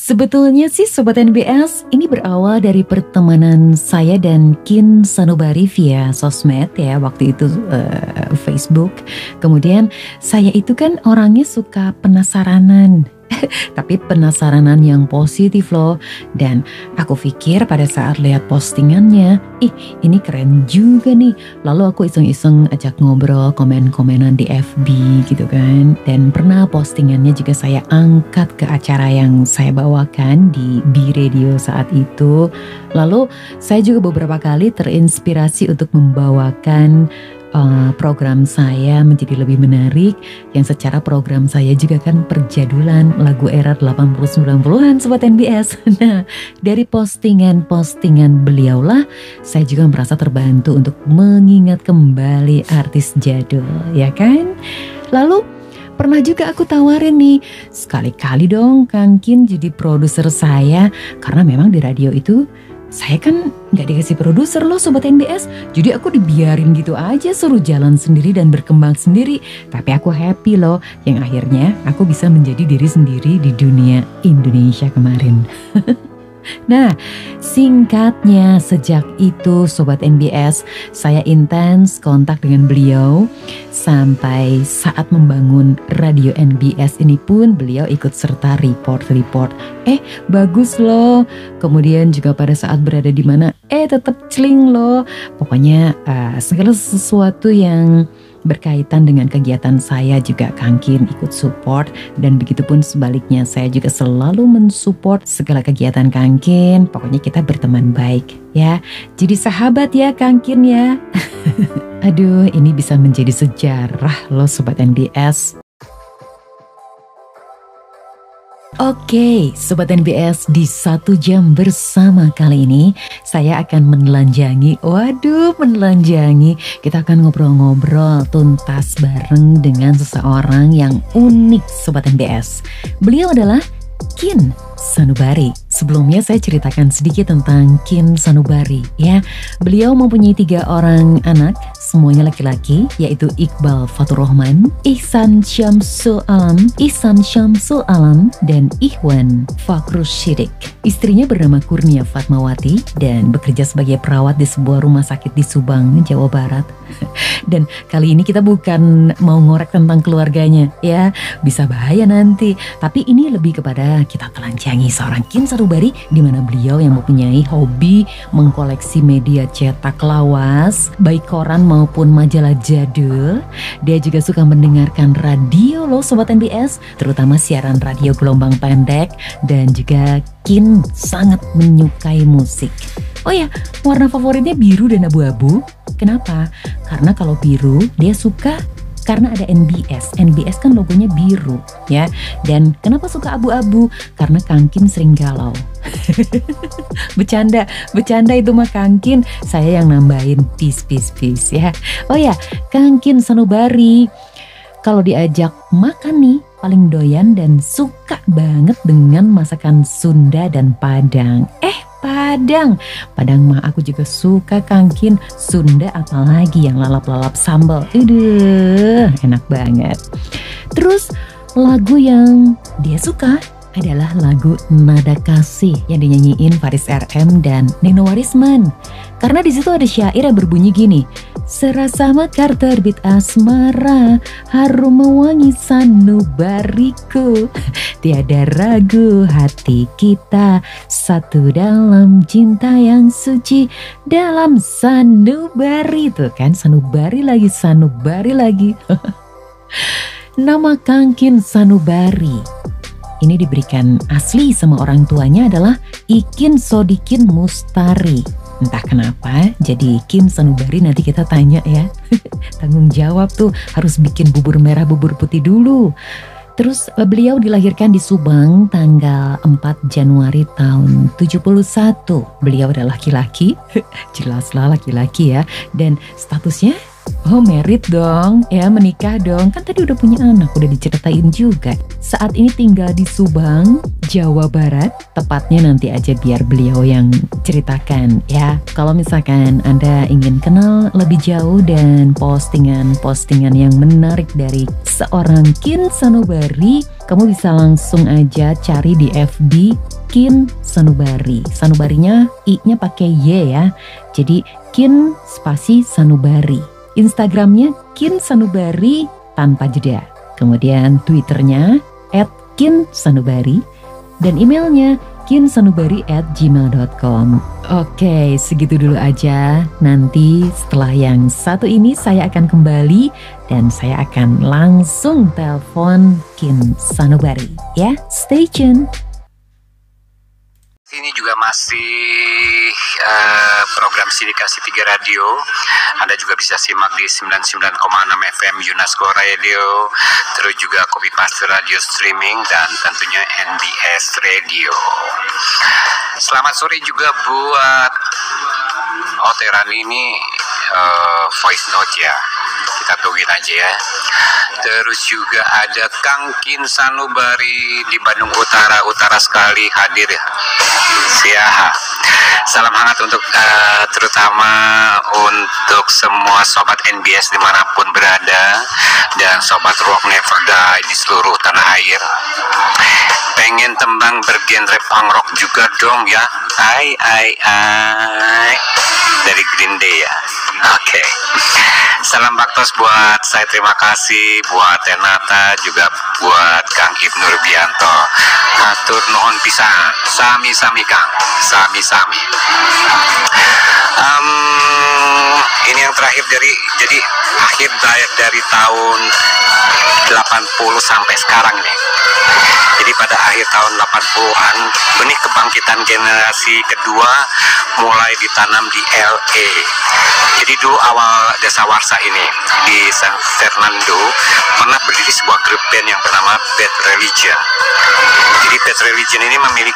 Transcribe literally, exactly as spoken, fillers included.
Sebetulnya sih Sobat N B S, ini berawal dari pertemanan saya dan Kin Sanubari via sosmed ya, waktu itu uh, Facebook. Kemudian saya itu kan orangnya suka penasaranan. Tapi penasaranan yang positif loh. Dan aku pikir pada saat lihat postingannya, ih ini keren juga nih. Lalu aku iseng-iseng ajak ngobrol, komen-komenan di F B gitu kan. Dan pernah postingannya juga saya angkat ke acara yang saya bawakan di B Radio saat itu. Lalu saya juga beberapa kali terinspirasi untuk membawakan Uh, program saya menjadi lebih menarik, yang secara program saya juga kan perjadulan lagu era delapan puluh sembilan puluhan Sobat N B S. Nah, dari postingan-postingan beliaulah saya juga merasa terbantu untuk mengingat kembali artis jadul, ya kan? Lalu pernah juga aku tawarin nih, sekali-kali dong Kang Kin jadi produser saya, karena memang di radio itu saya kan gak dikasih produser loh Sobat N B S. Jadi aku dibiarin gitu aja, suruh jalan sendiri dan berkembang sendiri. Tapi aku happy loh, yang akhirnya aku bisa menjadi diri sendiri di dunia Indonesia kemarin. Nah, singkatnya sejak itu Sobat N B S, saya intens kontak dengan beliau. Sampai saat membangun radio N B S ini pun beliau ikut serta report-report. Eh bagus loh. Kemudian juga pada saat berada di mana, eh tetap celing loh. Pokoknya uh, segala sesuatu yang berkaitan dengan kegiatan saya juga Kang Kin ikut support, dan begitupun sebaliknya saya juga selalu mensupport segala kegiatan Kang Kin. Pokoknya kita berteman baik ya, jadi sahabat ya Kang Kin ya. Aduh, ini bisa menjadi sejarah loh Sobat N B S. Oke, Sobat N B S, di satu jam bersama kali ini saya akan menelanjangi, waduh menelanjangi, kita akan ngobrol-ngobrol tuntas bareng dengan seseorang yang unik Sobat N B S. Beliau adalah Kin Sanubari. Sebelumnya saya ceritakan sedikit tentang Kin Sanubari ya. Beliau mempunyai tiga orang anak, semuanya laki-laki, yaitu Iqbal Fatur Rahman, Ihsan Syamsul Alam, Ihsan Syamsul Alam, dan Ikhwan Fakrus Syidik. Istrinya bernama Kurnia Fatmawati dan bekerja sebagai perawat di sebuah rumah sakit di Subang, Jawa Barat. Dan kali ini kita bukan mau ngorek tentang keluarganya ya, bisa bahaya nanti. Tapi ini lebih kepada kita telanjangi seorang Kin Sanubari, di mana beliau yang mempunyai hobi mengkoleksi media cetak lawas, baik koran maupun majalah jadul. Dia juga suka mendengarkan radio loh Sobat N B S, terutama siaran radio gelombang pendek, dan juga Kin sangat menyukai musik. Oh ya, warna favoritnya biru dan abu-abu. Kenapa? Karena kalau biru dia suka karena ada N B S. N B S kan logonya biru ya. Dan kenapa suka abu-abu? Karena Kang Kin sering galau. Bercanda, bercanda itu mah Kang Kin, saya yang nambahin peace, peace, peace ya. Oh ya, Kang Kin Sanubari kalau diajak makan nih paling doyan dan suka banget dengan masakan Sunda dan Padang. Eh Padang, Padang mah aku juga suka Kang Kin. Sunda apalagi yang lalap-lalap sambal, aduh enak banget. Terus lagu yang dia suka adalah lagu Nada Kasih yang dinyanyiin Faris R M dan Nino Warisman. Karena di situ ada syair yang berbunyi gini, serasa mekar terbit asmara, harum mewangi sanubariku, tiada ragu hati kita satu dalam cinta yang suci dalam sanubari. Tuh kan, sanubari lagi, sanubari lagi. Nama Kang Kin Sanubari ini diberikan asli sama orang tuanya adalah Ikin Sodikin Mustari. Entah kenapa jadi Kin Sanubari, nanti kita tanya ya. Tanggung jawab tuh, harus bikin bubur merah bubur putih dulu. Terus beliau dilahirkan di Subang tanggal empat Januari tahun tujuh puluh satu. Beliau adalah laki-laki, jelaslah laki-laki ya. Dan statusnya, oh merit dong, ya menikah dong. Kan tadi udah punya anak, udah diceritain juga. Saat ini tinggal di Subang, Jawa Barat. Tepatnya nanti aja biar beliau yang ceritakan ya. Kalau misalkan Anda ingin kenal lebih jauh dan postingan-postingan yang menarik dari seorang Kin Sanubari, kamu bisa langsung aja cari di F B Kin Sanubari. Sanubarinya I-nya pakai Y ya. Jadi Kin spasi Sanubari. Instagramnya Kin Sanubari tanpa jeda. Kemudian Twitternya at Kin Sanubari. Dan emailnya kinsanubari at gmail dot com. Oke, segitu dulu aja. Nanti setelah yang satu ini saya akan kembali dan saya akan langsung telepon Kin Sanubari. Ya, stay tune. Ini juga masih uh, program Sindikasi tiga Radio. Anda juga bisa simak di sembilan puluh sembilan koma enam F M UNESCO Radio, terus juga Copy Paste Radio Streaming, dan tentunya N B S Radio. Selamat sore juga buat Oteran ini uh, voice note ya. Kita tungguin aja ya. Terus juga ada Kang Kin Sanubari di Bandung Utara, utara sekali hadir ya. Siap. Salam hangat untuk uh, terutama untuk semua sobat N B S dimanapun berada, dan sobat Rock Never Die di seluruh tanah air. Pengen tembang bergenre punk rock juga dong ya. Ai ai ai dari Green Day ya. Oke. Okay. Salam baktos buat saya, terima kasih buat Renata, juga buat Kang Ibnu Rubianto. Hatur nuhun pisan. Sami-sami Kang. Sami-sami. Um, ini yang terakhir dari jadi akhir dari, dari tahun delapan puluh sampai sekarang nih. Jadi pada akhir tahun delapan puluhan benih kebangkitan generasi kedua mulai ditanam di L A. Jadi dulu awal dasawarsa ini di San Fernando pernah berdiri sebuah grup band yang bernama Bad Religion. Jadi Bad Religion ini memiliki